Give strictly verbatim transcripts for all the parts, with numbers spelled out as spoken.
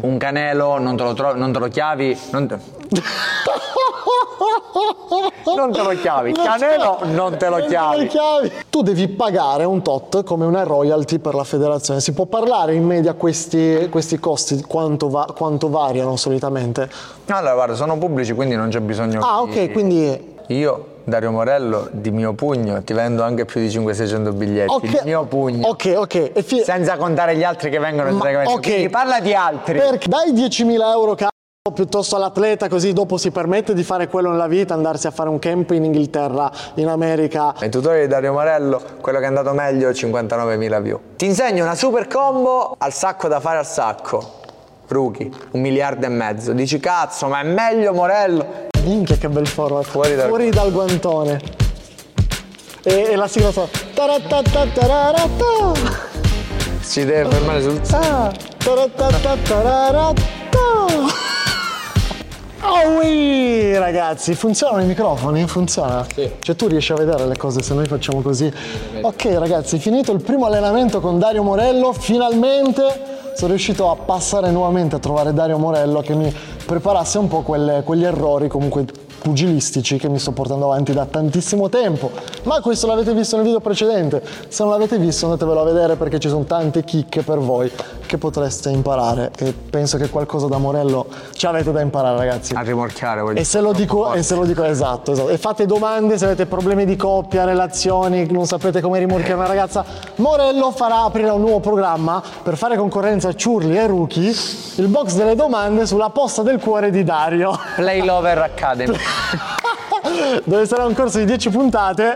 un Canelo non te lo, tro- non te lo chiavi, non te... non te lo chiavi, Canelo non te lo chiavi. chiavi. Tu devi pagare un tot come una royalty per la federazione. Si può parlare in media questi, questi costi, quanto, va, quanto variano solitamente? Allora guarda, sono pubblici, quindi non c'è bisogno. Ah, di... ok, quindi... Io, Dario Morello, di mio pugno ti vendo anche più di cinquecento seicento biglietti, okay. di mio pugno. Ok, ok. E fi- senza contare gli altri che vengono. Ma, okay. Quindi parla di altri. Perché dai diecimila euro cazzo piuttosto all'atleta, così dopo si permette di fare quello nella vita, andarsi a fare un camp in Inghilterra, in America. Nei tutorial di Dario Morello, quello che è andato meglio, cinquantanovemila view. Ti insegno una super combo al sacco da fare al sacco. Rookie, un miliardo e mezzo. Dici cazzo, ma è meglio Morello? Minchia che bel format. Fuori dal, Fuori dal guantone. E, e la sigla so. Si deve fermare sul... Ah. Oh, oui, ragazzi, funzionano i microfoni? Funziona? Sì. Cioè tu riesci a vedere le cose se noi facciamo così? Ok ragazzi, finito il primo allenamento con Dario Morello, finalmente sono riuscito a passare nuovamente a trovare Dario Morello che mi preparasse un po' quelle, quegli errori comunque pugilistici che mi sto portando avanti da tantissimo tempo. Ma questo l'avete visto nel video precedente, se non l'avete visto andatevelo a vedere perché ci sono tante chicche per voi che potreste imparare e penso che qualcosa da Morello ci avete da imparare ragazzi. A rimorchiare e se lo dico e se lo dico esatto, esatto e fate domande se avete problemi di coppia, relazioni, non sapete come rimorchiare una ragazza, Morello farà aprire un nuovo programma per fare concorrenza a Ciurli e Rookie, il box delle domande sulla posta del cuore di Dario. Play Lover Academy. Dove sarà un corso di dieci puntate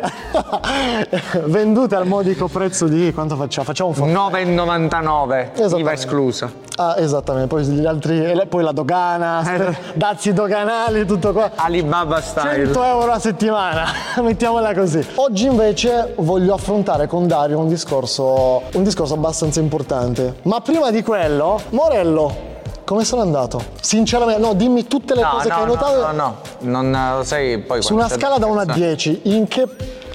vendute al modico prezzo di quanto facciamo? Facciamo un nove e novantanove, I V A esclusa. Ah, esattamente, poi gli altri, poi la dogana, dazi doganali, tutto qua. Alibaba style. cento euro a settimana, mettiamola così. Oggi invece voglio affrontare con Dario un discorso, un discorso abbastanza importante. Ma prima di quello, Morello, come sono andato? Sinceramente, no, dimmi tutte le no, cose no, che hai no, notato. No, no, no, non lo sai poi. Su una scala da uno a dieci, in che...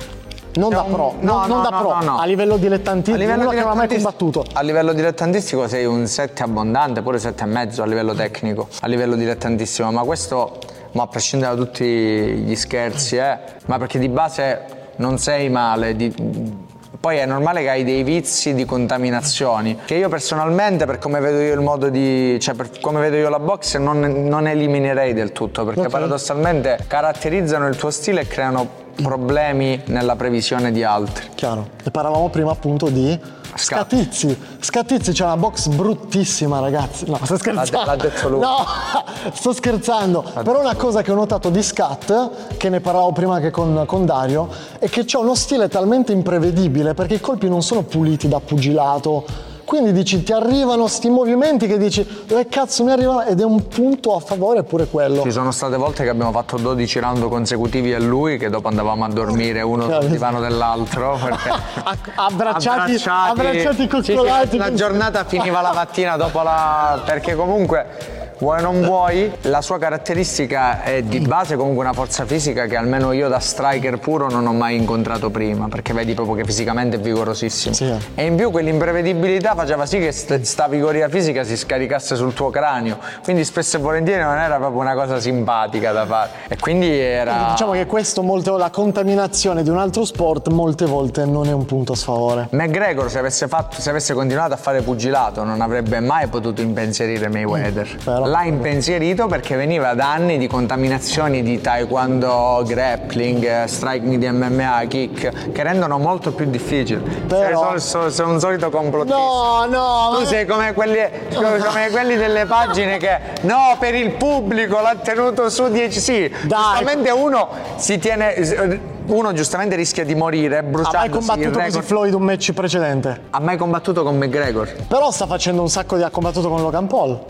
Non da pro, no, non, no, non da no, pro, no, no. a livello dilettantistico, a livello uno che non ha mai dilettantistico- combattuto. A livello dilettantistico sei un sette abbondante, pure sette e mezzo a livello tecnico, a livello dilettantissimo, ma questo, ma a prescindere da tutti gli scherzi, eh, ma perché di base non sei male, di, poi è normale che hai dei vizi di contaminazioni che io personalmente, per come vedo io il modo di, cioè per come vedo io la box, non, non eliminerei del tutto, perché okay. paradossalmente caratterizzano il tuo stile e creano problemi nella previsione di altri. Chiaro. E parlavamo prima appunto di Scatizzi. Scatizzi c'è una box bruttissima, ragazzi. No, sto scherzando. L'ha detto lui. No, sto scherzando. L'ha Però una cosa che ho notato di Scat, che ne parlavo prima anche con, con Dario, è che c'è uno stile talmente imprevedibile perché i colpi non sono puliti da pugilato. Quindi dici, ti arrivano sti movimenti che dici, dove cazzo mi arrivano? Ed è un punto a favore pure quello. Ci sono state volte che abbiamo fatto dodici round consecutivi a lui, che dopo andavamo a dormire uno sul divano dell'altro. Perché abbracciati, abbracciati, abbracciati coccolati. Sì, sì, la giornata finiva la mattina dopo la... perché comunque... Vuoi o non vuoi, la sua caratteristica è di base comunque una forza fisica che almeno io da striker puro non ho mai incontrato prima, perché vedi proprio che fisicamente è vigorosissimo. Sì. E in più quell'imprevedibilità faceva sì che st- sta vigoria fisica si scaricasse sul tuo cranio, quindi spesso e volentieri non era proprio una cosa simpatica da fare. E quindi era... Diciamo che questo, molte volte, la contaminazione di un altro sport molte volte non è un punto a sfavore. McGregor se avesse, fatto, se avesse continuato a fare pugilato non avrebbe mai potuto impensierire Mayweather. Mm, l'ha impensierito perché veniva da anni di contaminazioni di taekwondo, grappling, striking di M M A, kick, che rendono molto più difficile. Però... Sei, so, sei un solito complottista. No, no! Tu sei come quelli, come quelli delle pagine che no, per il pubblico l'ha tenuto su dieci. Sì, giustamente uno si tiene... Uno giustamente rischia di morire bruciandosi. Ha mai combattuto così Floyd un match precedente? Ha mai combattuto con McGregor? Però sta facendo un sacco di... ha combattuto con Logan Paul.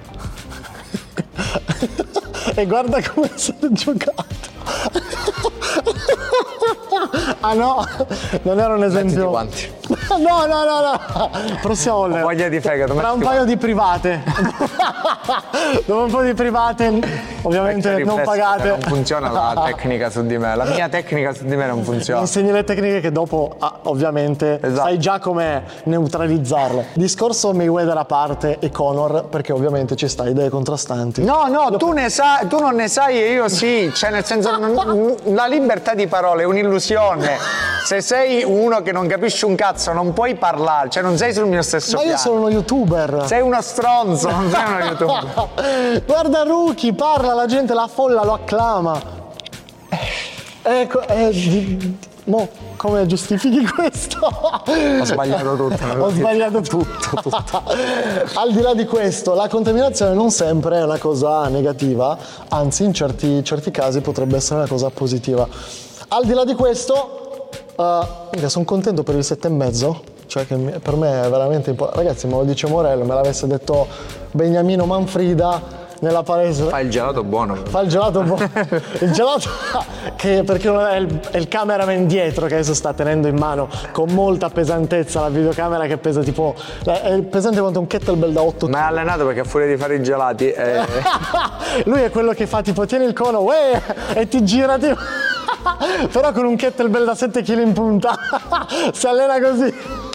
E guarda come si è giocato. Ah no, non era un esempio. Quanti? No, no, no, no. Prossimo livello. Voglia di fegato. Tra un paio di private. Dopo un po' di private, ovviamente non pagate. Non funziona la tecnica su di me. La mia tecnica su di me non funziona. Insegni le tecniche che dopo, ah, ovviamente, esatto, sai già come neutralizzarle. Discorso Mayweather a parte e Conor, perché ovviamente ci sta idee contrastanti. No, no, Lo... tu ne sai, tu non ne sai e io sì. Cioè, nel senso, non, la libertà di parola è un'illusione. Se sei uno che non capisce un cazzo, non puoi parlare, cioè non sei sul mio stesso Ma piano. io sono uno youtuber. Sei uno stronzo, non sei uno youtuber. Guarda Rookie, parla, la gente, la folla lo acclama. Ecco, eh, di, mo, come giustifichi questo? Ho sbagliato tutto. Ho sbagliato tutto, tutto. Al di là di questo, la contaminazione non sempre è una cosa negativa, anzi in certi, certi casi potrebbe essere una cosa positiva. Al di là di questo, uh, sono contento per il sette e mezzo, cioè che per me è veramente importante. Ragazzi, me lo dice Morello, me l'avesse detto Beniamino Manfrida nella palestra. Fa il gelato buono. Fa il gelato buono. Il gelato che perché non è il, è il cameraman dietro che adesso sta tenendo in mano con molta pesantezza la videocamera che pesa tipo è pesante quanto un kettlebell da otto ma è allenato perché a furia di fare i gelati è... lui è quello che fa tipo tieni il cono uè, e ti gira tipo però con un kettlebell da sette chili in punta si allena così.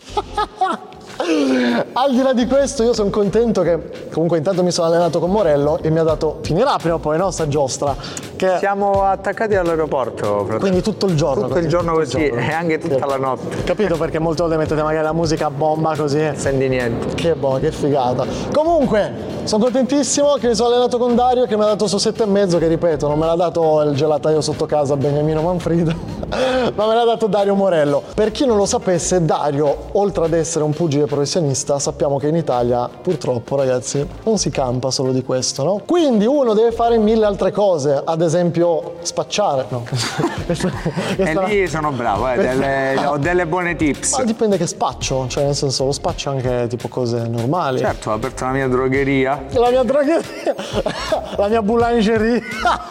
Al di là di questo io sono contento che comunque intanto mi sono allenato con Morello e mi ha dato, finirà prima o poi no sta giostra che... Siamo attaccati all'aeroporto, fratello. Quindi tutto il giorno tutto così, il giorno tutto così il giorno. E anche tutta la notte. Capito, perché molte volte mettete magari la musica a bomba così senti niente. Che boh, che figata. Comunque sono contentissimo che mi sono allenato con Dario che mi ha dato su sette e mezzo, che ripeto non me l'ha dato il gelataio sotto casa Beniamino Manfrida ma me l'ha dato Dario Morello. Per chi non lo sapesse, Dario oltre ad essere un pugile professionista sappiamo che in Italia purtroppo ragazzi non si campa solo di questo, no? Quindi uno deve fare mille altre cose, ad esempio spacciare, no? questa, questa e lì sono bravo, eh, delle, ho delle buone tips. Ma dipende che spaccio, cioè nel senso lo spaccio anche tipo cose normali. Certo, ho aperto la mia drogheria. La mia drogheria, la mia boulangerie.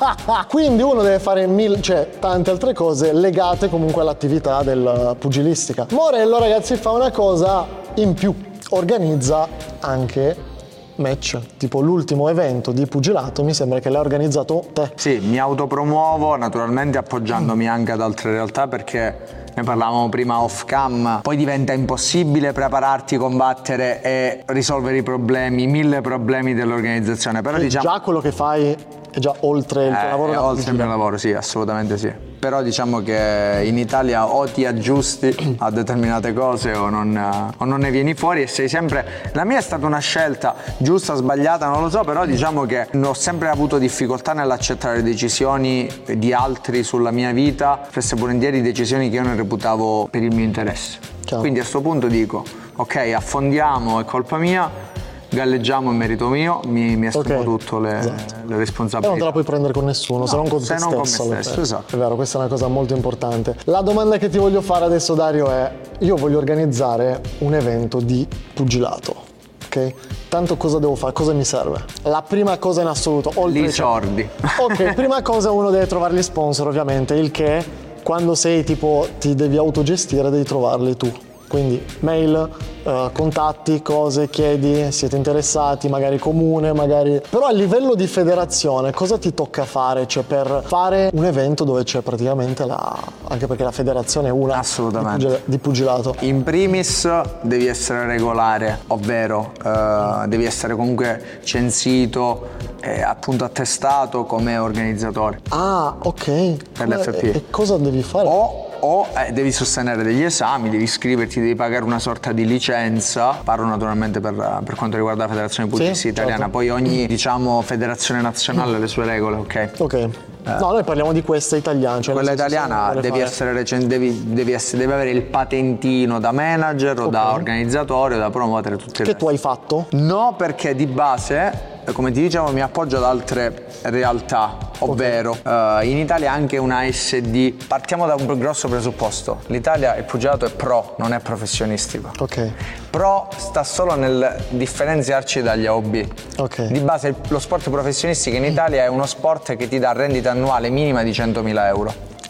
Quindi uno deve fare mille, cioè tante altre cose legate comunque all'attività del pugilistica. Morello ragazzi fa una cosa in più, organizza anche match, tipo l'ultimo evento di pugilato mi sembra che l'ha organizzato te. Sì, mi autopromuovo naturalmente appoggiandomi mm. anche ad altre realtà perché ne parlavamo prima off cam, poi diventa impossibile prepararti, combattere e risolvere i problemi, mille problemi dell'organizzazione, però e diciamo... Già quello che fai è già oltre il tuo eh, lavoro? È oltre il mio lavoro, sì, assolutamente sì. Però diciamo che in Italia o ti aggiusti a determinate cose o non, o non ne vieni fuori e sei sempre... La mia è stata una scelta giusta, sbagliata, non lo so, però diciamo che ho sempre avuto difficoltà nell'accettare le decisioni di altri sulla mia vita, spesso e volentieri decisioni che io non reputavo per il mio interesse. Ciao. Quindi a questo punto dico, ok, affondiamo, è colpa mia, galleggiamo, è merito mio, mi, mi assumo okay. tutto le, esatto. le responsabilità. E non te la puoi prendere con nessuno, no, se non con se te non stesso. Con me stesso esatto. È vero, questa è una cosa molto importante. La domanda che ti voglio fare adesso Dario è, io voglio organizzare un evento di pugilato, ok? Tanto cosa devo fare? Cosa mi serve? La prima cosa in assoluto, oltre i soldi. Ok, prima cosa uno deve trovare gli sponsor ovviamente, il che quando sei tipo ti devi autogestire devi trovarli tu. Quindi mail, uh, contatti, cose, chiedi, siete interessati, magari comune, magari... Però a livello di federazione cosa ti tocca fare? Cioè per fare un evento dove c'è praticamente la... anche perché la federazione è una assolutamente di, pugil- di pugilato. In primis devi essere regolare, ovvero uh, devi essere comunque censito e appunto attestato come organizzatore. Ah, ok. Per l'F P. E, e cosa devi fare? O o eh, devi sostenere degli esami, devi iscriverti, devi pagare una sorta di licenza. Parlo naturalmente per, per quanto riguarda la Federazione Pugilistica sì, Italiana, certo. Poi ogni diciamo federazione nazionale ha le sue regole, ok? Ok. Eh. No, noi parliamo di questa italiana. Cioè quella italiana devi essere, recen- devi, devi, essere, devi avere il patentino da manager o okay. da organizzatore o da promotere tutte le Che tu hai fatto? No, perché di base, come ti dicevo, mi appoggio ad altre realtà, ovvero okay. uh, in Italia anche una A S D. Partiamo da un grosso presupposto: l'Italia il pugilato è pro, non è professionistico. Ok. Pro sta solo nel differenziarci dagli A O B. Ok. Di base lo sport professionistico in Italia è uno sport che ti dà rendita annuale minima di centomila euro. Okay.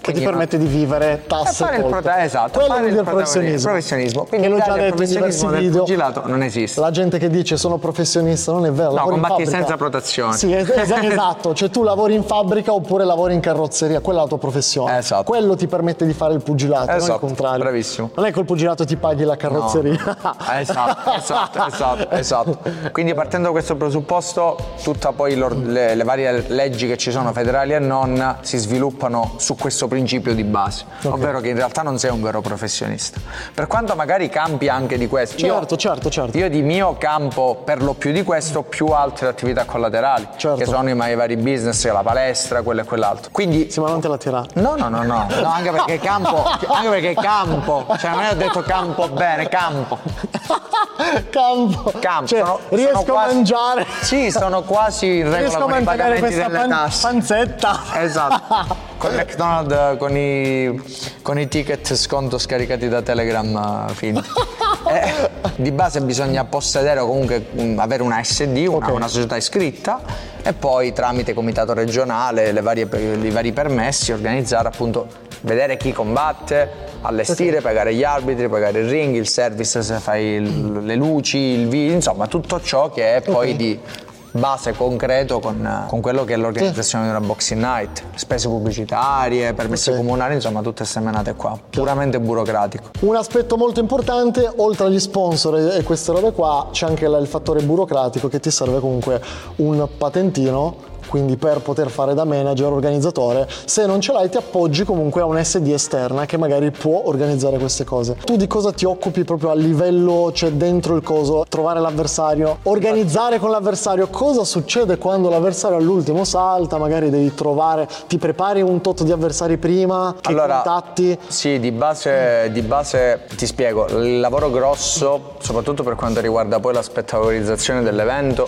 che ti permette no. di vivere tasse fare il prota- esatto, quello fare vuol dire il professionismo. professionismo. Quindi che l'ho già il detto in diversi video, pugilato non esiste. La gente che dice sono professionista non è vero. No, combatti in senza protezione. Sì, es- es- esatto, cioè tu lavori in fabbrica oppure lavori in carrozzeria, quella è la tua professione. Esatto. Quello ti permette di fare il pugilato, esatto. non il contrario. Bravissimo. Non è col pugilato ti paghi la carrozzeria. No. esatto, esatto, esatto, esatto. Quindi partendo da questo presupposto, tutta poi le, le varie leggi che ci sono, federali e non, si sviluppano su questo principio di base, okay. ovvero che in realtà non sei un vero professionista. Per quanto magari campi anche di questo. Certo, io, certo, certo. Io di mio campo per lo più di questo, più altre attività collaterali, certo. che sono i miei vari business, la palestra, quello e quell'altro. Quindi sì, ma non te la tirare. No, no, no, no, no, anche perché campo, anche perché campo, cioè non è ho detto campo bene, campo. Campo. Campo. Cioè, sono, riesco sono quasi, a mangiare. Sì, sono quasi in regola riesco con a i pagamenti questa delle pan- tasse. panzetta. Esatto. Con McDonald's, con i, con i ticket sconto scaricati da Telegram finti. Eh, di base bisogna possedere o comunque um, avere una S D, una, okay. una società iscritta, e poi tramite comitato regionale, le varie, i vari permessi, organizzare appunto, vedere chi combatte, allestire, okay. pagare gli arbitri, pagare il ring, il service se fai il, le luci, il video, insomma tutto ciò che è poi okay. di base concreto con, con quello che è l'organizzazione sì. di una boxing night, spese pubblicitarie, permessi okay. comunali, insomma tutte queste menate qua, puramente burocratico. Un aspetto molto importante, oltre agli sponsor e queste robe qua, c'è anche il fattore burocratico, che ti serve comunque un patentino, quindi per poter fare da manager, organizzatore. Se non ce l'hai ti appoggi comunque a un S D esterna che magari può organizzare queste cose. Tu di cosa ti occupi proprio a livello, cioè dentro il coso? Trovare l'avversario, organizzare con l'avversario. Cosa succede quando l'avversario all'ultimo salta? Magari devi trovare, ti prepari un tot di avversari prima, che allora, contatti? Sì, di base, di base ti spiego, il lavoro grosso, soprattutto per quanto riguarda poi la spettacolarizzazione dell'evento,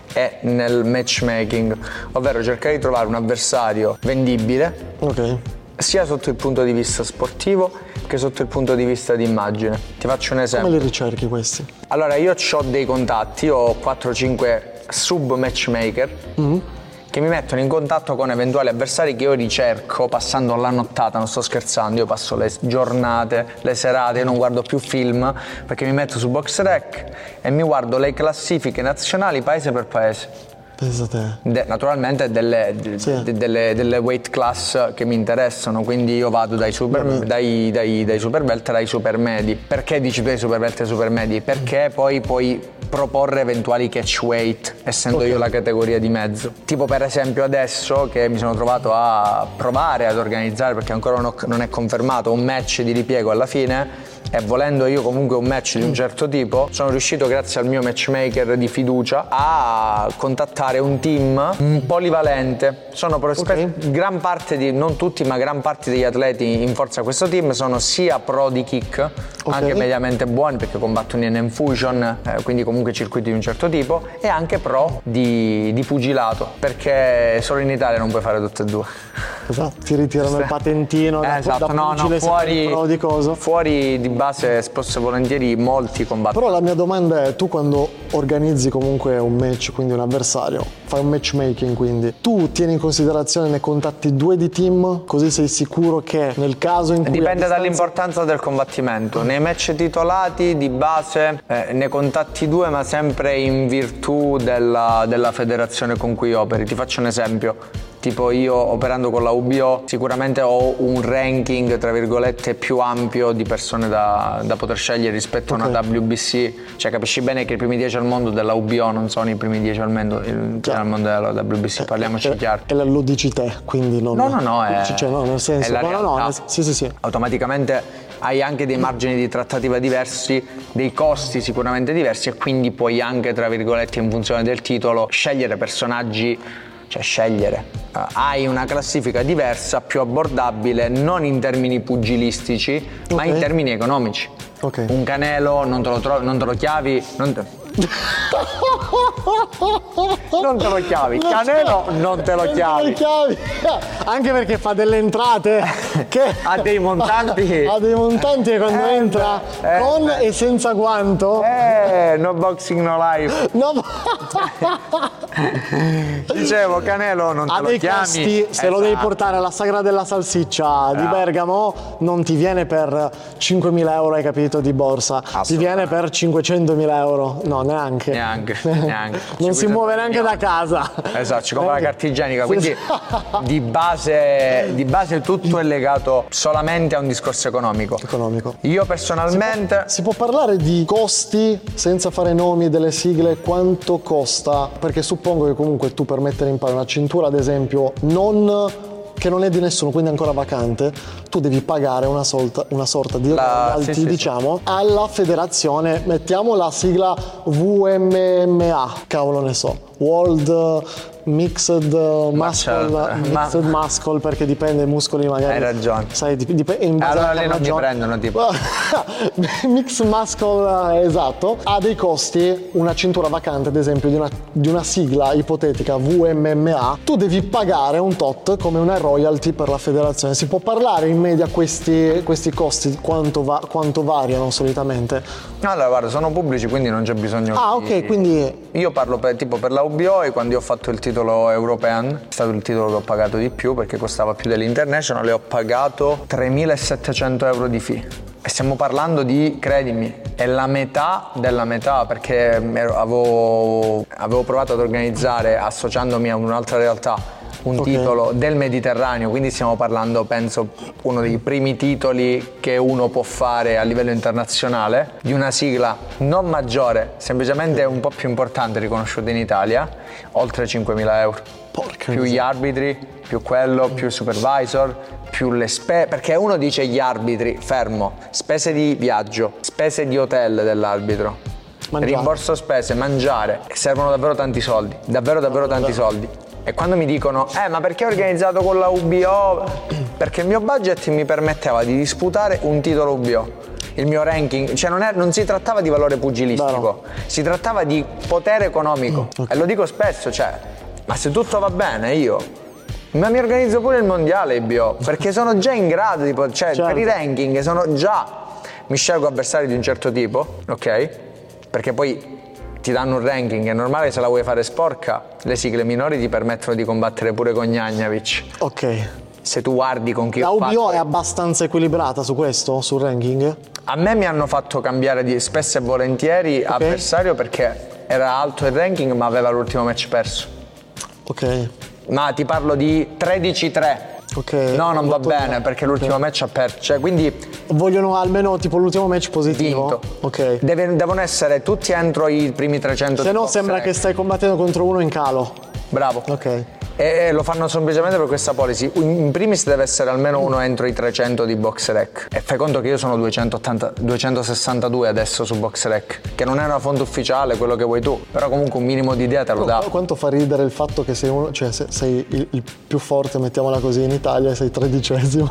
è nel matchmaking, ovvero cercare di trovare un avversario vendibile, okay. sia sotto il punto di vista sportivo che sotto il punto di vista di immagine. Ti faccio un esempio. Come li ricerchi questi? Allora, io ho dei contatti, ho quattro cinque sub matchmaker mm-hmm. che mi mettono in contatto con eventuali avversari che io ricerco passando la nottata, non sto scherzando, io passo le giornate, le serate, io non guardo più film perché mi metto su BoxRec e mi guardo le classifiche nazionali paese per paese. Pensa te. De, naturalmente delle, sì. de, delle, delle weight class che mi interessano, quindi io vado dai super, mm-hmm. dai, dai, dai super welter ai super medi. Perché dici tu dai super welter ai super medi? Perché poi puoi proporre eventuali catch weight, essendo okay. io la categoria di mezzo. Tipo per esempio adesso che mi sono trovato a provare ad organizzare, perché ancora non, ho, non è confermato, un match di ripiego alla fine, e volendo io comunque un match di un certo tipo, sono riuscito grazie al mio matchmaker di fiducia a contattare un team polivalente. Sono okay. gran parte di, non tutti ma gran parte degli atleti in forza a questo team sono sia pro di kick, okay. anche mediamente buoni perché combattono in infusion, eh, quindi comunque circuiti di un certo tipo, e anche pro di, di pugilato, perché solo in Italia non puoi fare tutte e due. Esatto, ti ritirano il patentino da, esatto, da no, no, fuori, pro di coso. Fuori di base spesso e volentieri molti combattono. Però la mia domanda è, tu quando organizzi comunque un match, quindi un avversario, fai un matchmaking, quindi tu tieni in considerazione, ne contatti due di team, così sei sicuro che nel caso in cui dipende distanza... dall'importanza del combattimento. Nei match titolati di base eh, ne contatti due, ma sempre in virtù della, della federazione con cui operi. Ti faccio un esempio. Tipo io operando con la U B O sicuramente ho un ranking tra virgolette più ampio di persone da, da poter scegliere rispetto okay. a una W B C, cioè capisci bene che i primi dieci al mondo della U B O non sono i primi dieci al mondo, il, al mondo della W B C, parliamoci è, chiaro. E lo dici te, quindi non... No, no, no, è, cioè, no nel senso, è la no, realtà. no, no, sì, sì, sì. Automaticamente hai anche dei margini di trattativa diversi, dei costi sicuramente diversi, e quindi puoi anche, tra virgolette, in funzione del titolo, scegliere personaggi, cioè scegliere. Uh, hai una classifica diversa, più abbordabile, non in termini pugilistici, okay. ma in termini economici. Okay. Un Canelo non te lo trovi, non te lo chiavi, non te... non te lo chiavi, Canelo non te lo chiavi. chiavi. Anche perché fa delle entrate che ha dei montanti. Ha dei montanti e quando eh, entra eh, con e senza guanto. Eh, no boxing, no life. No. Dicevo, Canelo non te ha lo dei chiami. costi, se Esatto. lo devi portare alla Sagra della Salsiccia di Bravo. Bergamo non ti viene per cinquemila euro, hai capito, di borsa, ti viene per cinquecentomila euro, no neanche Neanche, neanche. non si muove neanche da casa. Esatto, ci compra la Neanche. carta igienica, quindi di base, di base tutto è legato solamente a un discorso economico. Economico. Io personalmente... Si può parlare di costi senza fare nomi delle sigle, quanto costa? Perché suppongo che comunque tu per mettere in pari una cintura, ad esempio, non che non è di nessuno, quindi ancora vacante, tu devi pagare una, solta, una sorta di La- royalty, sì, sì, diciamo, alla federazione, mettiamo la sigla W M M A, cavolo ne so, World Mixed Muscle, certo, Mixed ma- Muscle, perché dipende, i muscoli magari. Hai ragione. Sai, dip- dip- in base Allora alla lì non mi carnagione. prendono, tipo. Mix Muscle, eh, esatto, ha dei costi. Una cintura vacante, ad esempio, di una, di una sigla ipotetica W M M A, tu devi pagare un tot come una royalty per la federazione. Si può parlare in media questi, questi costi, quanto, va, quanto variano solitamente? Allora, guarda, sono pubblici, quindi non c'è bisogno Ah, di... ok, quindi Io parlo per, tipo per la U B O e quando io ho fatto il titolo European, è stato il titolo che ho pagato di più perché costava più dell'International, e ho pagato tremilasettecento euro di fee. E stiamo parlando di, credimi, è la metà della metà, perché ero- avevo, avevo provato ad organizzare, associandomi a un'altra realtà, un Ok. titolo del Mediterraneo, quindi stiamo parlando, penso, uno dei primi titoli che uno può fare a livello internazionale, di una sigla non maggiore, semplicemente un po' più importante, riconosciuta in Italia, oltre cinquemila euro. porca Più gli arbitri, più quello, più il supervisor, più le spese, perché uno dice gli arbitri, fermo, spese di viaggio, spese di hotel dell'arbitro, Mangiare. rimborso spese, mangiare, servono davvero tanti soldi, davvero davvero tanti soldi. E quando mi dicono, eh ma perché ho organizzato con la U B O? Perché il mio budget mi permetteva di disputare un titolo U B O. Il mio ranking, cioè non, è, non si trattava di valore pugilistico, si trattava di potere economico. E lo dico spesso, cioè, ma se tutto va bene io, ma mi organizzo pure il mondiale U B O, perché sono già in grado di, po- cioè Certo. per i ranking sono già, mi scelgo avversari di un certo tipo, ok? Perché poi ti danno un ranking, è normale che se la vuoi fare sporca, le sigle minori ti permettono di combattere pure con Gnagnavic. ok. Se tu guardi con chi La ho U B O fatto- è abbastanza equilibrata su questo, sul ranking? A me mi hanno fatto cambiare di, spesso e volentieri avversario perché era alto il ranking ma aveva l'ultimo match perso. Ok, Ma ti parlo di tredici tre. ok. No, non va Molto bene bene. perché l'ultimo match ha perso. Cioè, quindi Vogliono almeno tipo l'ultimo match positivo? vinto. Ok. Deve- devono essere tutti entro i primi trecento. Se di no box sembra rec. che stai combattendo contro uno in calo. Bravo. Ok. E lo fanno semplicemente per questa policy. In primis deve essere almeno uno entro i trecento di box rec. E fai conto che io sono duecentottanta, duecentosessantadue adesso su box rec, che non è una fonte ufficiale, quello che vuoi tu, però comunque un minimo di idea te lo dà. Qu- Quanto fa ridere il fatto che sei uno, cioè se- sei il, il più forte, mettiamola così, in Italia e sei tredicesimo.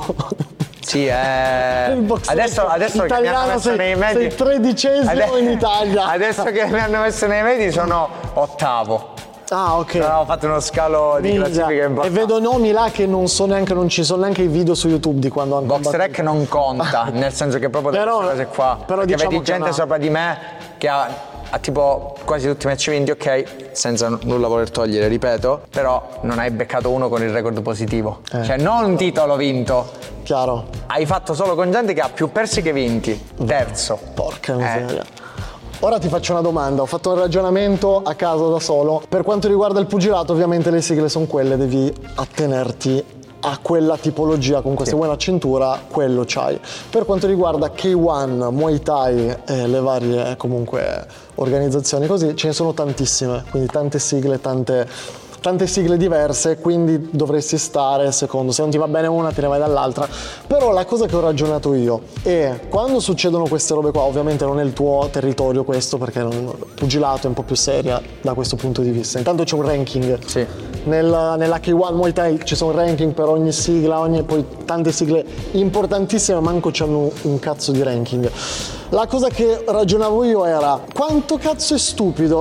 Sì, eh... Il box adesso, rec adesso che mi hanno italiano messo sei- nei medi, sei tredicesimo Ade- in Italia. Adesso che mi hanno messo nei medi sono ottavo. Ah, ok. No, ho fatto uno scalo di Minchia. classifica E importante. vedo nomi là che non so neanche, non ci sono neanche i video su YouTube di quando hanno Box combattuto. rec non conta, nel senso che proprio Però- queste cose qua. però perché diciamo vedi che gente no. sopra di me che ha, ha tipo quasi tutti i match vinti, ok, senza n- nulla voler togliere, ripeto, però non hai beccato uno con il record positivo. Eh. Cioè non titolo vinto, Chiaro. hai fatto solo con gente che ha più persi che vinti. Terzo. Porca Eh. miseria. Ora ti faccio una domanda, ho fatto un ragionamento a caso da solo. Per quanto riguarda il pugilato, ovviamente le sigle sono quelle, devi attenerti a quella tipologia, comunque se vuoi una cintura, quello c'hai. Per quanto riguarda K uno, Muay Thai e le varie comunque organizzazioni così, ce ne sono tantissime, quindi tante sigle, tante... tante sigle diverse, quindi dovresti stare secondo, se non ti va bene una te ne vai dall'altra. Però la cosa che ho ragionato io è quando succedono queste robe qua, ovviamente non è il tuo territorio questo, perché il pugilato è un po' più seria da questo punto di vista. Intanto c'è un ranking. Sì. Nel, nella K uno Muay Thai ci sono ranking per ogni sigla, ogni, poi tante sigle importantissime, manco c'hanno un cazzo di ranking. La cosa che ragionavo io era quanto cazzo è stupido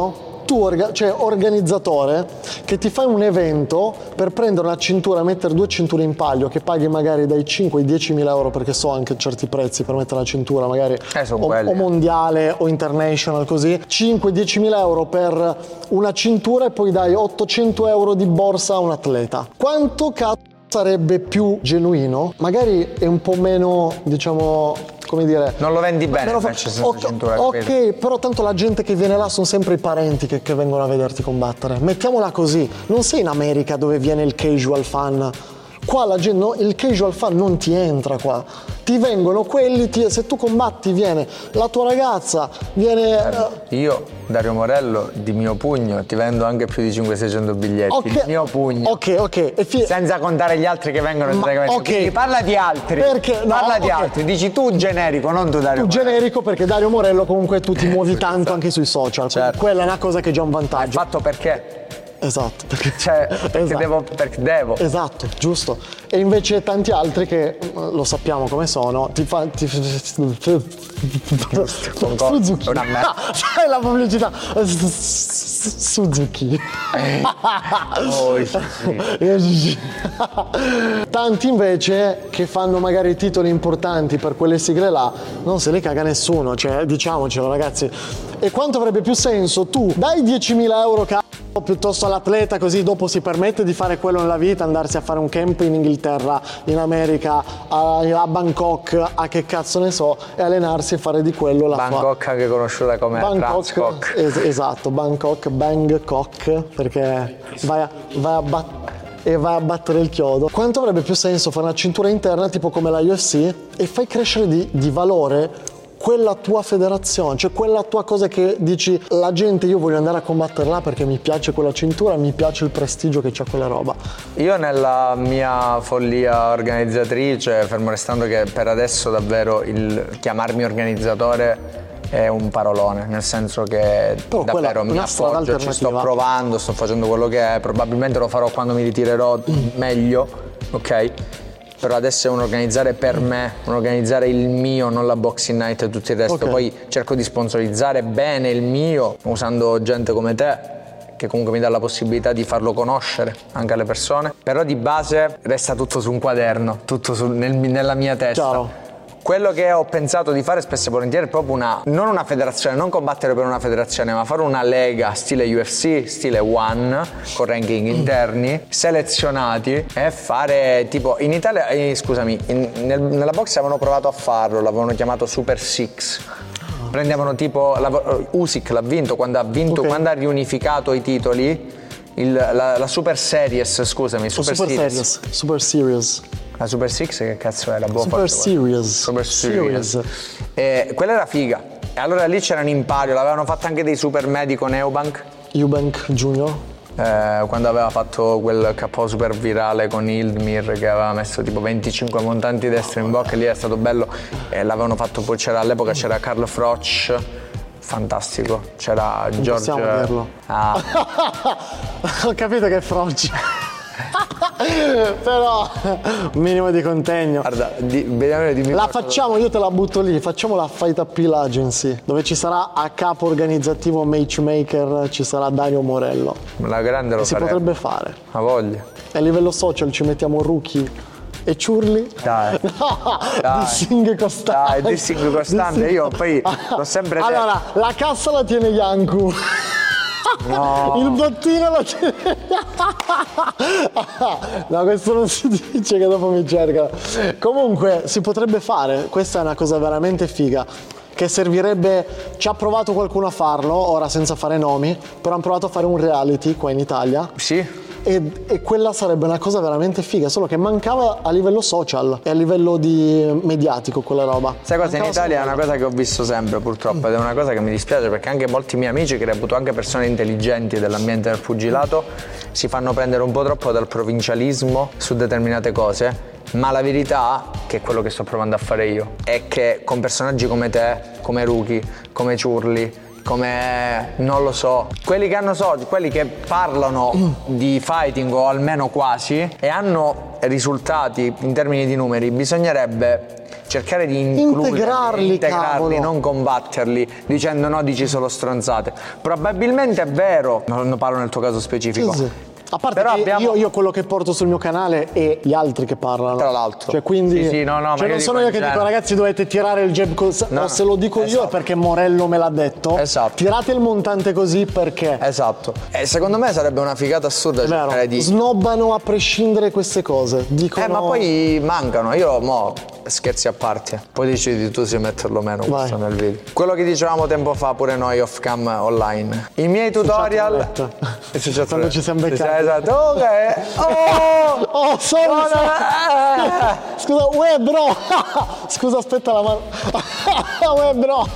tu orga- cioè organizzatore che ti fai un evento per prendere una cintura, mettere due cinture in palio che paghi magari dai cinque ai diecimila euro, perché so anche certi prezzi per mettere la cintura magari eh, o, o mondiale o international, così cinque diecimila euro per una cintura e poi dai ottocento euro di borsa a un atleta. Quanto cazzo sarebbe più genuino? Magari è un po' meno, diciamo, come dire, non lo vendi bene, fa- ok, cintura, ok, però tanto la gente che viene là sono sempre i parenti che, che vengono a vederti combattere. Mettiamola così, non sei in America dove viene il casual fan. Qua la gente, no, il casual fan non ti entra qua. Ti vengono quelli, ti, se tu combatti viene la tua ragazza, viene... Uh, Io, Dario Morello, di mio pugno, ti vendo anche più di cinquecento seicento biglietti, okay, di mio pugno. Ok, ok. E fi- senza contare gli altri che vengono. Ma, okay. Quindi parla di altri. Perché, no, parla di okay. altri. Dici tu generico, non tu Dario Tu Morello. generico, perché Dario Morello comunque tu ti muovi tanto anche sui social. Certo. Quella è una cosa che è già un vantaggio. Fatto perché? Esatto, perché, cioè, perché, esatto. Devo, perché devo. Esatto, giusto. E invece tanti altri che lo sappiamo come sono, ti fa. Ti, Suzuki. Una merda. C'è la pubblicità. Suzuki. Oh, sì. Tanti invece che fanno magari titoli importanti per quelle sigle là, non se le caga nessuno, cioè diciamocelo ragazzi. E quanto avrebbe più senso tu dai diecimila euro cazzo piuttosto all'atleta, così dopo si permette di fare quello nella vita, andarsi a fare un camp in Inghilterra, in America, a, a Bangkok, a che cazzo ne so, e allenarsi e fare di quello la Bangkok fa. Anche conosciuta come Bangkok, es- esatto, Bangkok, Bangkok, perché vai a, vai a battere e vai a battere il chiodo. Quanto avrebbe più senso fare una cintura interna tipo come la U F C e fai crescere di, di valore quella tua federazione, cioè quella tua cosa che dici la gente, io voglio andare a combattere là perché mi piace quella cintura, mi piace il prestigio che c'ha quella roba. Io nella mia follia organizzatrice, fermo restando che per adesso davvero il chiamarmi organizzatore è un parolone, nel senso che però davvero mi appoggio, ci sto provando, sto facendo quello che è, probabilmente lo farò quando mi ritirerò meglio, ok? Però adesso è un organizzare per me, un organizzare il mio, non la Boxing Night e tutto il resto. Okay. Poi cerco di sponsorizzare bene il mio, usando gente come te, che comunque mi dà la possibilità di farlo conoscere anche alle persone. Però di base resta tutto su un quaderno, tutto su, nel, nella mia testa. Chiaro. Quello che ho pensato di fare spesso e volentieri è proprio una, non una federazione, non combattere per una federazione, ma fare una lega stile U F C, stile One, con ranking interni, selezionati, e fare tipo, in Italia, eh, scusami, in, nel, nella box avevano provato a farlo, l'avevano chiamato Super Six. Prendevano tipo, la, Usyk l'ha vinto, quando ha vinto, okay. Quando ha riunificato i titoli, il, la, la Super Series, scusami, Super, Super Series. Series, Super Series. La Super Six che cazzo è? La boh, Super Series. Super Series. E quella era figa. E allora lì c'era un impario, l'avevano fatto anche dei super medi con Eubank. Eubank Junior. Eh, quando aveva fatto quel K O super virale con Ildmir che aveva messo tipo venticinque montanti destro in bocca, lì è stato bello. E l'avevano fatto poi, c'era all'epoca c'era Carl Froch. Fantastico, c'era non George. Possiamo dirlo. Ah. Ho capito che è Froch. Però un minimo di contegno. Guarda, di, vediamo, dimmi la facciamo, io te la butto lì, facciamo la Fight Appeal Agency, dove ci sarà a capo organizzativo matchmaker, ci sarà Dario Morello. La grande lo e si farebbe. potrebbe fare. A voglia. E a livello social ci mettiamo Rookie e Ciurli. Dai. No, Dai. dissing costante. Dai, dissing costante, dissing... io poi l'ho sempre detto. Allora, la cassa la tiene Yanku. No. Il bottino lo tiene. No, questo non si dice, che dopo mi cercano. Comunque si potrebbe fare, questa è una cosa veramente figa, che servirebbe, ci ha provato qualcuno a farlo, ora senza fare nomi, però hanno provato a fare un reality qua in Italia. Sì. E, e quella sarebbe una cosa veramente figa, solo che mancava a livello social e a livello di mediatico quella roba. Sai cosa, mancava in Italia è una cosa che ho visto sempre purtroppo, mm. ed è una cosa che mi dispiace, perché anche molti miei amici, che reputo anche persone intelligenti dell'ambiente del pugilato, si fanno prendere un po' troppo dal provincialismo su determinate cose. Ma la verità, che è quello che sto provando a fare io, è che con personaggi come te, come Rookie, come Ciurli, come, non lo so, quelli che hanno soldi, quelli che parlano di fighting o almeno quasi, e hanno risultati in termini di numeri, bisognerebbe, cercare di includerli, Integrarli, integrarli, cavolo. non combatterli dicendo no, dici solo stronzate. Probabilmente è vero, non parlo nel tuo caso specifico. Sì, sì. A parte Però che abbiamo- io, io quello che porto sul mio canale è gli altri che parlano. Tra l'altro. Cioè, quindi. Sì, sì, no, no, ma cioè, io non sono dico io che in dico, genere. ragazzi, dovete tirare il jab così. No, o se lo dico esatto. io perché Morello me l'ha detto. Esatto. Tirate il montante così perché. Esatto. E secondo me sarebbe una figata assurda È vero. cercare di... Snobbano a prescindere queste cose. Dicono. Eh, ma poi mancano. Io, mo, scherzi a parte. Poi decidi tu se metterlo o meno questo nel video. Quello che dicevamo tempo fa pure noi off cam online. I miei tutorial... E se c'è quando ci siamo Sì, beccati. esatto. Ok. Oh! Oh, sorry, No, no, sorry. no. Scusa, uè bro. Scusa, aspetta la mano. Uè bro.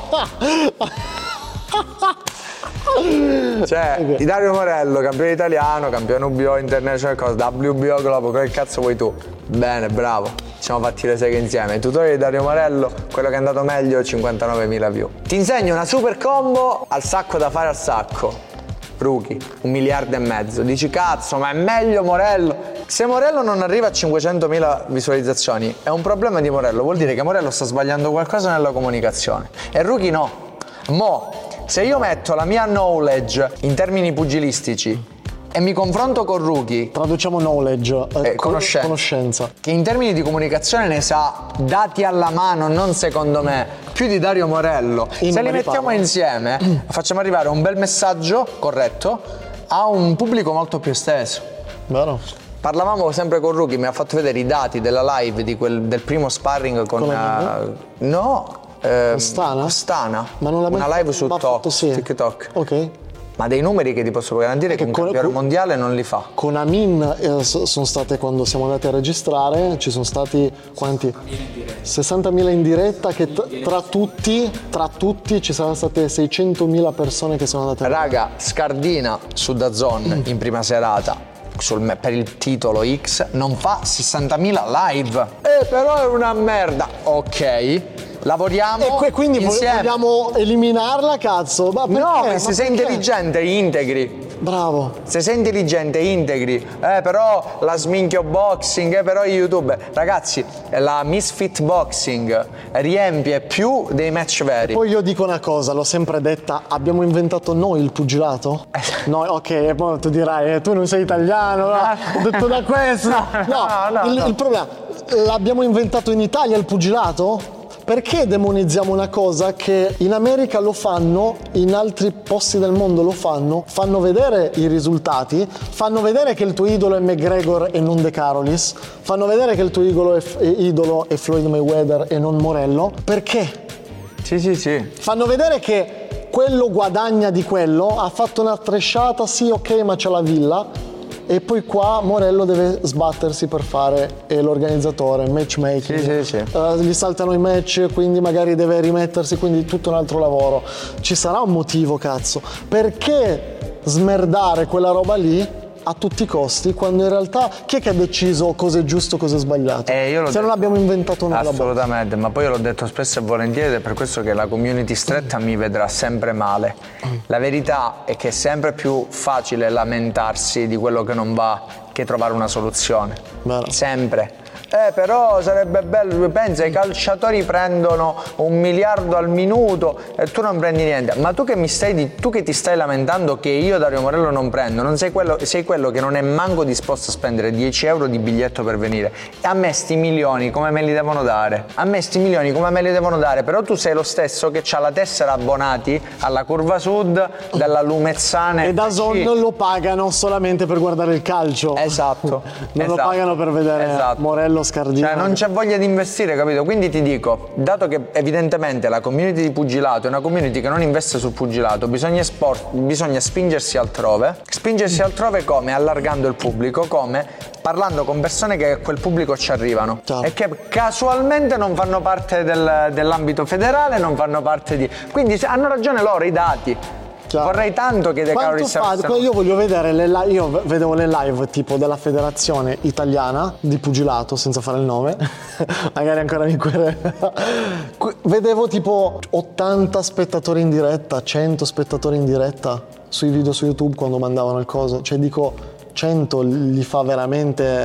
Cioè, di Dario Morello, campione italiano, campione U B O International, cosa, W B O Globo, che cazzo vuoi tu? Bene, bravo. Ci siamo fatti le seghe insieme. Il tutorial di Dario Morello, quello che è andato meglio, cinquantanovemila view. Ti insegno una super combo al sacco da fare al sacco. Rookie, un miliardo e mezzo. Dici cazzo, ma è meglio Morello? Se Morello non arriva a cinquecentomila visualizzazioni, è un problema di Morello. Vuol dire che Morello sta sbagliando qualcosa nella comunicazione. E Rookie no. Mo, se io metto la mia knowledge in termini pugilistici e mi confronto con Rookie, Traduciamo knowledge. Eh, conoscenza. conoscenza. che in termini di comunicazione ne sa, dati alla mano, non secondo me, più di Dario Morello. I Se li numeri mettiamo parlano. insieme, facciamo arrivare un bel messaggio corretto a un pubblico molto più esteso. Vero? Parlavamo sempre con Rookie, mi ha fatto vedere i dati della live di quel, del primo sparring con... Con la eh, no, eh, Astana? Astana. Ma non l'ha Una mai- live su ma ha Tok- fatto sì. TikTok. Ok. Ma dei numeri che ti posso garantire che un con- campione con- mondiale non li fa. Con Amin eh, so- sono state, quando siamo andati a registrare, ci sono stati quanti? sessantamila in diretta, che t- tra tutti, tra tutti ci saranno state seicentomila persone che sono andate a Raga, Scardina su DAZN in prima serata sul me- per il titolo X non fa sessantamila live. Eh, però è una merda. Ok, lavoriamo E que- quindi vo- insieme. vogliamo eliminarla, cazzo? Ma perché? No, che Ma se sei perché? intelligente integri. Bravo. Se sei intelligente integri. Eh, però la sminchio boxing, eh, però YouTube. Ragazzi, la Misfit Boxing riempie più dei match veri. Poi io dico una cosa, l'ho sempre detta, abbiamo inventato noi il pugilato? No, ok, e poi tu dirai, eh, tu non sei italiano, no? Ho detto da questo. No, no, no, il, no. il problema, l'abbiamo inventato in Italia il pugilato? Perché demonizziamo una cosa che in America lo fanno, in altri posti del mondo lo fanno, fanno vedere i risultati, fanno vedere che il tuo idolo è McGregor e non De Carolis, fanno vedere che il tuo idolo è, è, idolo è Floyd Mayweather e non Morello? Perché? Sì, sì, sì. Fanno vedere che quello guadagna di quello, ha fatto una tresciata, sì ok, ma c'è la villa, e poi qua Morello deve sbattersi per fare eh, l'organizzatore, matchmaking, Sì, sì, sì. Eh, gli saltano i match, quindi magari deve rimettersi, quindi tutto un altro lavoro. Ci sarà un motivo, cazzo. Perché smerdare quella roba lì a tutti i costi, quando in realtà chi è che ha deciso cosa è giusto, cosa è sbagliato? Eh, io l'ho Se detto. non abbiamo inventato noi la botta. Assolutamente, ma poi io l'ho detto spesso e volentieri ed è per questo che la community stretta mi vedrà sempre male. La verità è che è sempre più facile lamentarsi di quello che non va che trovare una soluzione. Vero. Sempre. Eh, però sarebbe bello, pensa, i calciatori prendono un miliardo al minuto e tu non prendi niente. Ma tu che mi stai di, tu che ti stai lamentando che io Dario Morello non prendo, non sei quello, sei quello che non è manco disposto a spendere dieci euro di biglietto per venire. E a me sti milioni come me li devono dare? A me sti milioni come me li devono dare? Però tu sei lo stesso che ha la tessera abbonati alla Curva Sud della Lumezzane. E da Zon Sì. non lo pagano solamente per guardare il calcio. Esatto. Non lo esatto. pagano per vedere Esatto. Morello Scardino. Cioè non c'è voglia di investire, capito? Quindi ti dico, dato che evidentemente la community di pugilato è una community che non investe sul pugilato, bisogna, esport- bisogna spingersi altrove. Spingersi altrove come? Allargando il pubblico, come? Parlando con persone che a quel pubblico ci arrivano Ciao. e che casualmente non fanno parte del- dell'ambito federale, non fanno parte di... Quindi se- hanno ragione loro, i dati. Chiaro. Vorrei tanto che De Quanto Carolis fa? faccia- Io voglio vedere le live, io v- vedevo le live tipo della federazione italiana di pugilato, senza fare il nome, magari ancora mi querela. Que- Vedevo tipo ottanta spettatori in diretta, cento spettatori in diretta sui video su YouTube quando mandavano il coso. Cioè dico, cento gli fa veramente...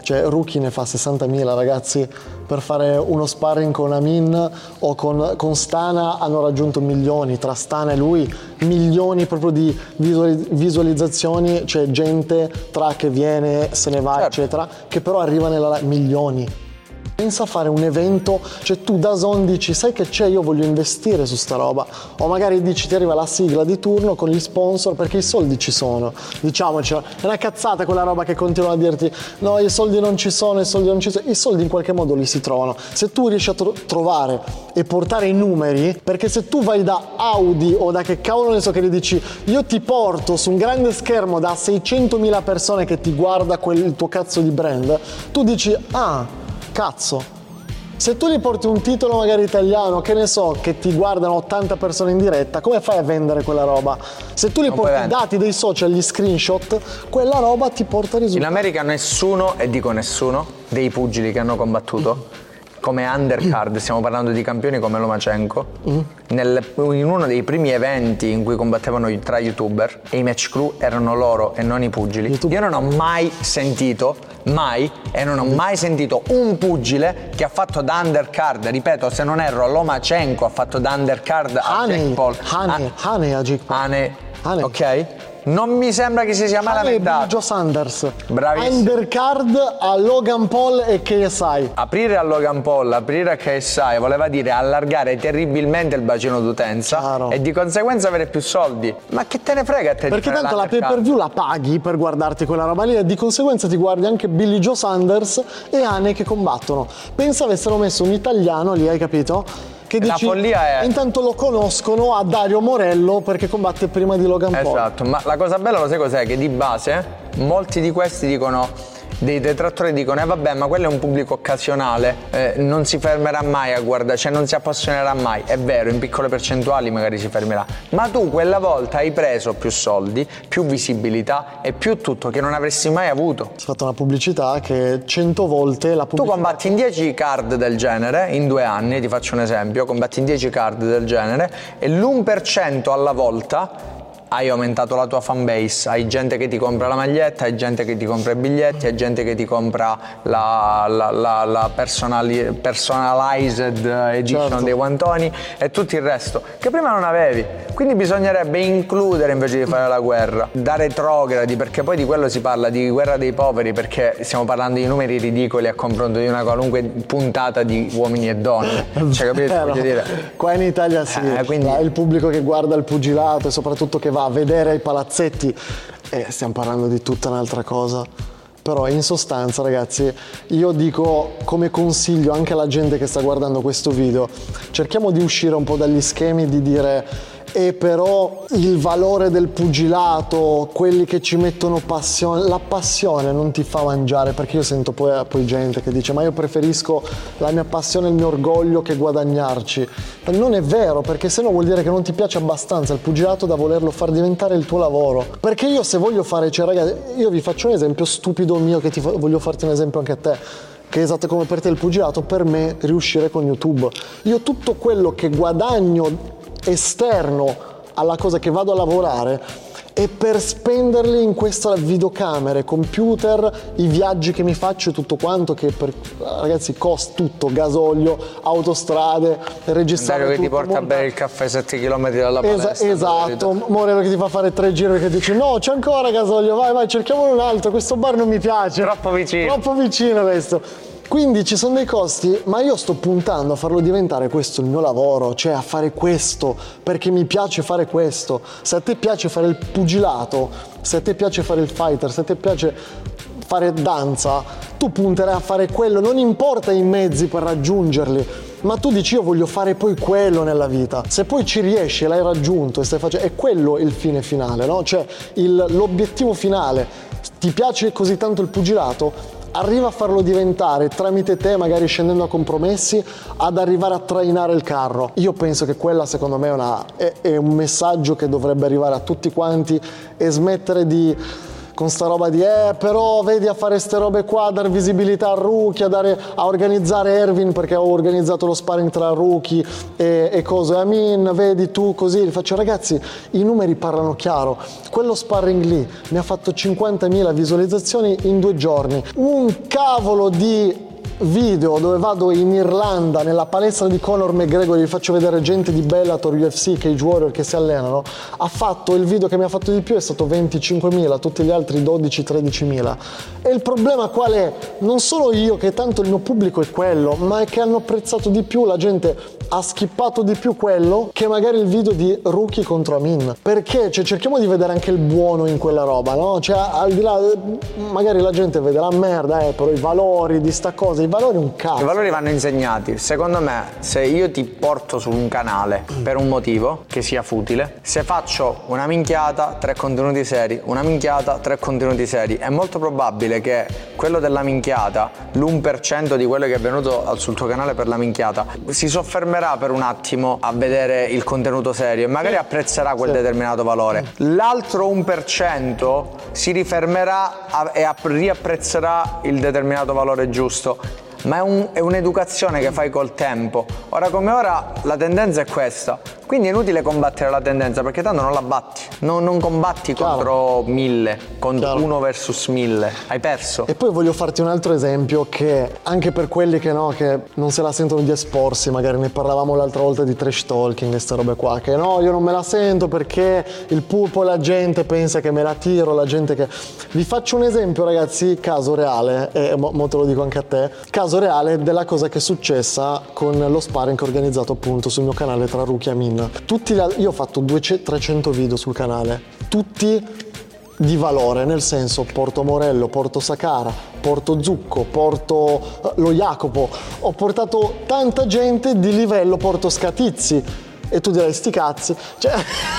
Cioè Rookie ne fa sessantamila, ragazzi, per fare uno sparring con Amin o con, con Stana hanno raggiunto milioni, tra Stana e lui milioni proprio di visualizzazioni, cioè gente tra che viene, se ne va, certo, eccetera, che però arriva nella milioni. Pensa a fare un evento, cioè tu da Zone dici sai che c'è, io voglio investire su sta roba, o magari dici ti arriva la sigla di turno con gli sponsor perché i soldi ci sono, diciamoci, è una cazzata quella roba che continuano a dirti no i soldi non ci sono, i soldi non ci sono, i soldi in qualche modo li si trovano, se tu riesci a tro- trovare e portare i numeri, perché se tu vai da Audi o da che cavolo ne so che gli dici io ti porto su un grande schermo da seicentomila persone che ti guarda quel, il tuo cazzo di brand, tu dici ah cazzo, se tu gli porti un titolo magari italiano, che ne so, che ti guardano ottanta persone in diretta, come fai a vendere quella roba? Se tu gli non porti i dati dei social, gli screenshot, quella roba ti porta risultati. In America nessuno, e dico nessuno, dei pugili che hanno combattuto come undercard, stiamo parlando di campioni come Lomachenko, mm. nel, in uno dei primi eventi in cui combattevano tra youtuber e i match crew erano loro e non i pugili. YouTube. Io non ho mai sentito, mai, e non ho mai sentito un pugile che ha fatto da undercard, ripeto, se non erro Lomachenko ha fatto da undercard a Jake Paul. Haney, Haney a Jake Paul. Haney, ok? Non mi sembra che si sia mai lamentato. Joe Sanders. Bravissimo. Undercard a Logan Paul e K S I. Aprire a Logan Paul, aprire a K S I voleva dire allargare terribilmente il bacino d'utenza. Chiaro. E di conseguenza avere più soldi. Ma che te ne frega a te? Perché tanto la pay per view la paghi per guardarti quella roba lì e di conseguenza ti guardi anche Billy Joe Sanders e Haney che combattono. Pensa avessero messo un italiano lì, hai capito? Che dici, la follia è... intanto lo conoscono a Dario Morello perché combatte prima di Logan Paul. Esatto, ma la cosa bella lo sai cos'è? Che di base molti di questi dicono, dei detrattori dicono eh vabbè ma quello è un pubblico occasionale, eh, non si fermerà mai a guardare, cioè non si appassionerà mai. È vero, in piccole percentuali magari si fermerà, ma tu quella volta hai preso più soldi, più visibilità e più tutto che non avresti mai avuto. Si è fatta una pubblicità che cento volte la pubblicità... Tu combatti in dieci card del genere in due anni, ti faccio un esempio, combatti in dieci card del genere e l'uno per cento alla volta hai aumentato la tua fanbase, hai gente che ti compra la maglietta, hai gente che ti compra i biglietti, hai gente che ti compra la, la, la, la personali, personalized edition, certo, dei guantoni e tutto il resto che prima non avevi. Quindi bisognerebbe includere invece di fare la guerra da retrogradi, perché poi di quello si parla, di guerra dei poveri, perché stiamo parlando di numeri ridicoli a confronto di una qualunque puntata di uomini e donne, cioè capito che voglio dire? Qua in Italia sì, eh, quindi... il pubblico che guarda il pugilato e soprattutto che va a vedere i palazzetti, e eh, stiamo parlando di tutta un'altra cosa. Però in sostanza, ragazzi, io dico come consiglio anche alla gente che sta guardando questo video, cerchiamo di uscire un po' dagli schemi di dire e però il valore del pugilato, quelli che ci mettono passione, la passione non ti fa mangiare, perché io sento poi, poi gente che dice ma io preferisco la mia passione e il mio orgoglio che guadagnarci. Ma non è vero, perché sennò vuol dire che non ti piace abbastanza il pugilato da volerlo far diventare il tuo lavoro. Perché io se voglio fare, cioè ragazzi, io vi faccio un esempio stupido mio che ti fa, voglio farti un esempio anche a te, che è esatto come per te il pugilato, per me riuscire con YouTube. Io tutto quello che guadagno esterno alla cosa che vado a lavorare e per spenderli in questa videocamere, computer, i viaggi che mi faccio e tutto quanto, che per ragazzi costa tutto, gasolio, autostrade, registrare Dario che tutto, ti porta a bere il caffè sette chilometri dalla palestra. Es- esatto, Morello che ti fa fare tre giri perché dici no c'è ancora gasolio, vai vai cerchiamo un altro, questo bar non mi piace, troppo vicino, troppo vicino questo. Quindi ci sono dei costi, ma io sto puntando a farlo diventare questo il mio lavoro, cioè a fare questo, perché mi piace fare questo. Se a te piace fare il pugilato, se a te piace fare il fighter, se a te piace fare danza, tu punterai a fare quello, non importa i mezzi per raggiungerli, ma tu dici io voglio fare poi quello nella vita. Se poi ci riesci e l'hai raggiunto e stai facendo, è quello il fine finale, no? Cioè il, l'obiettivo finale. Ti piace così tanto il pugilato? Arriva a farlo diventare tramite te, magari scendendo a compromessi, ad arrivare a trainare il carro. Io penso che quella secondo me è, una, è, è un messaggio che dovrebbe arrivare a tutti quanti e smettere di con sta roba di eh però vedi a fare ste robe qua, a dare visibilità a Rookie, a, dare, a organizzare Erwin, perché ho organizzato lo sparring tra Rookie e, e Coso e Amin, vedi tu così, gli faccio ragazzi i numeri parlano chiaro, quello sparring lì mi ha fatto cinquantamila visualizzazioni in due giorni, un cavolo di video dove vado in Irlanda nella palestra di Conor McGregor, gli faccio vedere gente di Bellator, U F C, Cage Warrior che si allenano, ha fatto il video che mi ha fatto di più è stato venticinquemila, tutti gli altri dodici tredicimila. E il problema qual è? Non solo io, che tanto il mio pubblico è quello, ma è che hanno apprezzato di più, la gente ha skippato di più quello che magari il video di Rookie contro Amin, perché cioè, cerchiamo di vedere anche il buono in quella roba, no? Cioè al di là, magari la gente vede la merda, eh, però i valori di sta cosa, i valori un cazzo. I valori vanno insegnati. Secondo me, se io ti porto su un canale per un motivo che sia futile, se faccio una minchiata, tre contenuti seri, una minchiata, tre contenuti seri, è molto probabile che quello della minchiata, l'uno per cento di quello che è venuto sul tuo canale per la minchiata, si soffermerà per un attimo a vedere il contenuto serio e magari apprezzerà quel sì. determinato valore. L'altro uno per cento si rifermerà a, e riapprezzerà il determinato valore giusto. Ma è, un, è un'educazione che fai col tempo. Ora come ora la tendenza è questa, quindi è inutile combattere la tendenza perché tanto non la batti, non, non combatti Chiaro. contro mille, contro Chiaro. uno versus mille, hai perso. E poi voglio farti un altro esempio che anche per quelli che, no, che non se la sentono di esporsi, magari ne parlavamo l'altra volta di trash talking e ste robe qua, che no, io non me la sento perché il pulpo, la gente pensa che me la tiro, la gente che... Vi faccio un esempio ragazzi, caso reale, e mo, mo te lo dico anche a te, caso reale della cosa che è successa con lo sparring che ho organizzato appunto sul mio canale tra Rookie e Amin. Tutti la, io ho fatto duecento trecento video sul canale, tutti di valore, nel senso porto Morello, porto Sakara, porto Zucco, porto lo Jacopo, ho portato tanta gente di livello, porto Scatizzi e tu direi sti cazzi, cioè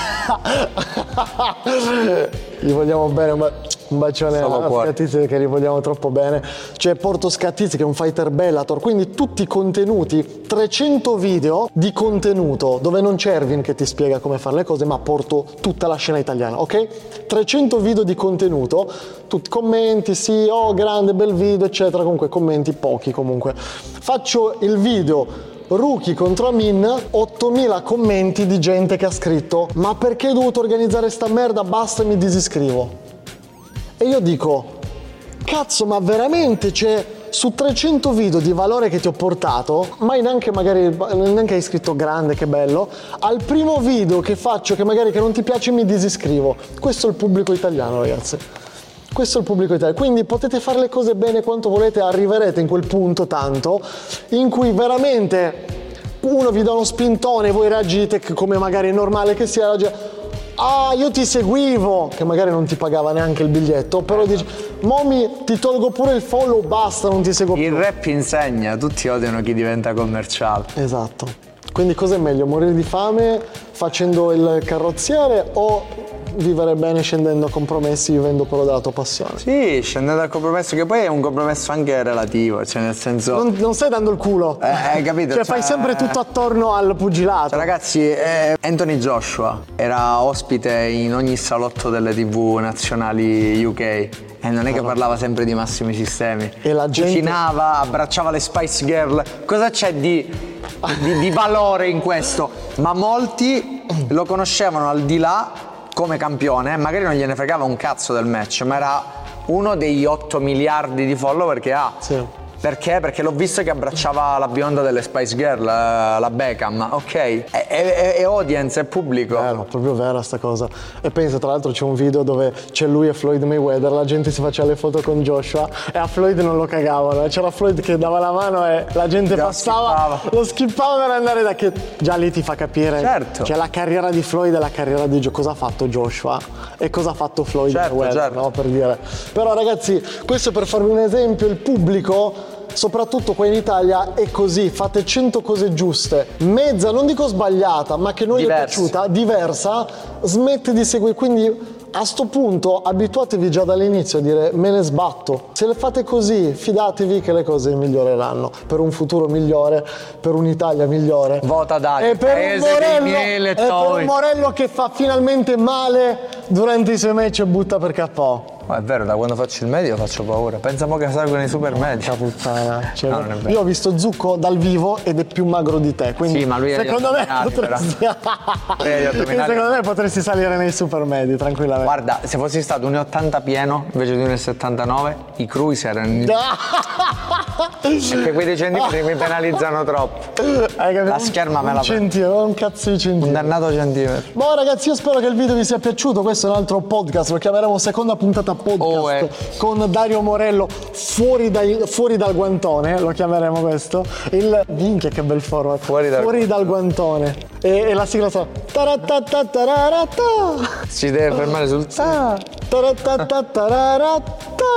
gli vogliamo bene, ma un bacione a Scatizzi che li vogliamo troppo bene, cioè porto Scatizzi che è un fighter Bellator, quindi tutti i contenuti, trecento video di contenuto dove non c'è Erwin che ti spiega come fare le cose, ma porto tutta la scena italiana, ok? trecento video di contenuto, tutti commenti, sì, oh grande, bel video, eccetera, comunque commenti pochi comunque. Faccio il video Rookie contro Amin, ottomila commenti di gente che ha scritto ma perché hai dovuto organizzare sta merda, basta, mi disiscrivo. E io dico, cazzo, ma veramente c'è su trecento video di valore che ti ho portato, mai neanche magari neanche hai scritto grande, che bello, al primo video che faccio che magari che non ti piace mi disiscrivo. Questo è il pubblico italiano, ragazzi. Questo è il pubblico italiano, quindi potete fare le cose bene quanto volete, arriverete in quel punto tanto in cui veramente uno vi dà uno spintone e voi reagite come magari è normale che sia, ah io ti seguivo, che magari non ti pagava neanche il biglietto, però dici Momi ti tolgo pure il follow, basta, non ti seguo più. Il rap insegna, tutti odiano chi diventa commerciale. Esatto, quindi cos'è meglio, morire di fame facendo il carrozziere o vivere bene scendendo a compromessi, vivendo però della tua passione? Sì, scendendo a compromesso, che poi è un compromesso anche relativo, cioè nel senso... Non, non stai dando il culo. Eh, hai capito? Cioè, cioè fai sempre tutto attorno al pugilato. Cioè, ragazzi, eh, Anthony Joshua era ospite in ogni salotto delle tivù nazionali U K. E non è che parlava sempre di massimi sistemi. E la gente... Cucinava, abbracciava le Spice Girl. Cosa c'è di, di, di valore in questo? Ma molti lo conoscevano al di là come campione, magari non gliene fregava un cazzo del match, ma era uno degli otto miliardi di follower che ha. Sì. Perché? Perché l'ho visto che abbracciava la bionda delle Spice Girl, la Beckham, ok? È, è, è audience, è pubblico. Vero, proprio vera sta cosa. E pensa, tra l'altro c'è un video dove c'è lui e Floyd Mayweather, la gente si faceva le foto con Joshua e a Floyd non lo cagavano. C'era Floyd che dava la mano e la gente Già passava, skippava. lo skippava per andare da che... Già lì ti fa capire. Certo. Cioè la carriera di Floyd e la carriera di Joshua. Cosa ha fatto Joshua e cosa ha fatto Floyd certo, Mayweather, certo. no? Per dire. Però ragazzi, questo è per farvi un esempio, il pubblico... soprattutto qua in Italia è così, fate cento cose giuste, mezza, non dico sbagliata, ma che non gli è piaciuta, diversa, smette di seguire, quindi a sto punto abituatevi già dall'inizio a dire me ne sbatto, se le fate così fidatevi che le cose miglioreranno per un futuro migliore, per un'Italia migliore. Vota Dario, e per un Morello, e per un Morello che fa finalmente male durante i suoi match e butta per K O. Ma è vero, da quando faccio il medio faccio paura. Pensa mo che salgono i super medi. Puttana. Cioè, No, non è vero. io ho visto Zucco dal vivo ed è più magro di te, quindi Sì, ma lui ha gli secondo me addominali, potresti Lui ha gli addominali. secondo me potresti salire nei super medi tranquillamente. Guarda, se fossi stato uno e ottanta pieno invece di uno e settantanove, i cruise erano... Perché quei dei centimetri mi penalizzano troppo. Hai capito? La scherma me un la centimetro, un cazzo di Un centimetro. dannato centimetro. Boh ragazzi, io spero che il video vi sia piaciuto. Questo è un altro podcast, lo chiameremo seconda puntata podcast Oh, eh. con Dario Morello fuori, dai, fuori dal guantone, lo chiameremo questo. Il minchia che bel format. Fuori dal- dal guantone. E, e la sigla so. Taratatatararata. Si deve fermare sul... Ah, taratatatararata.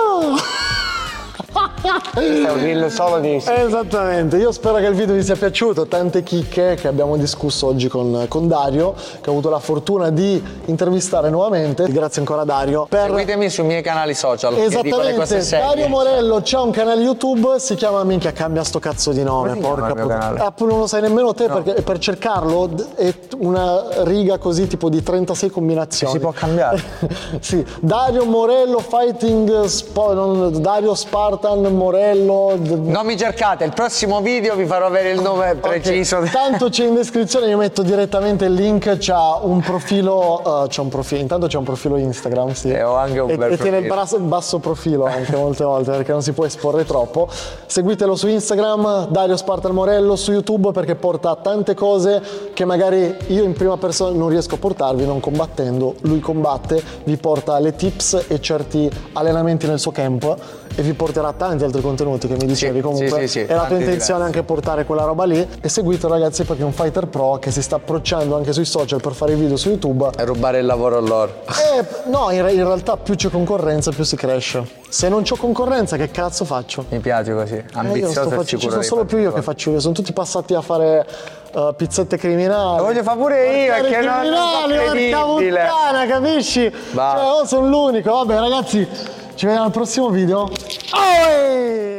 È un reel solo di... Esattamente, io spero che il video vi sia piaciuto, tante chicche che abbiamo discusso oggi con, con Dario, che ho avuto la fortuna di intervistare nuovamente. Grazie ancora Dario. Per... Seguitemi sui miei canali social, che dico le cose Esattamente, serie. Dario Morello c'ha un canale YouTube, si chiama minchia cambia sto cazzo di nome, Come si chiama porca il mio puttana. canale? Ah, non lo sai nemmeno te perché per cercarlo d- è una riga così tipo di trentasei combinazioni. Si può cambiare. Sì, Dario Morello Fighting Spo- non- Dario Spartan Morello d- Non mi cercate, il prossimo video vi farò avere il nome preciso. Ok, tanto c'è in descrizione, io metto direttamente il link, c'ha un profilo, uh, c'è un profilo, intanto c'è un profilo Instagram, sì. E ho anche un e, bel e tiene il profilo. basso, basso profilo anche molte volte perché non si può esporre troppo. Seguitelo su Instagram, Dario Spartan Morello, su YouTube perché porta tante cose che magari io in prima persona non riesco a portarvi, non combattendo, lui combatte, vi porta le tips e certi allenamenti nel suo camp e vi porterà tanti altri contenuti che mi dicevi Sì, comunque. sì, sì, sì, è la tua tanti intenzione anche portare quella roba lì e seguitelo ragazzi perché è un fighter pro che si sta approcciando anche sui social per fare i video su YouTube. E rubare il lavoro a loro. E no, in, re- in realtà più c'è concorrenza più si cresce. Se non c'ho concorrenza che cazzo faccio? Mi piace così, Eh, io ambizioso sto e faccio- ci sicuro sono dei solo fatti più io suoi. che faccio io, sono tutti passati a fare uh, pizzette criminali. Lo voglio fare pure io, Porcare perché non criminali, è porca credibile. puttana, capisci? Va. Cioè, oh, sono l'unico. Vabbè ragazzi, ci vediamo al prossimo video. Oh,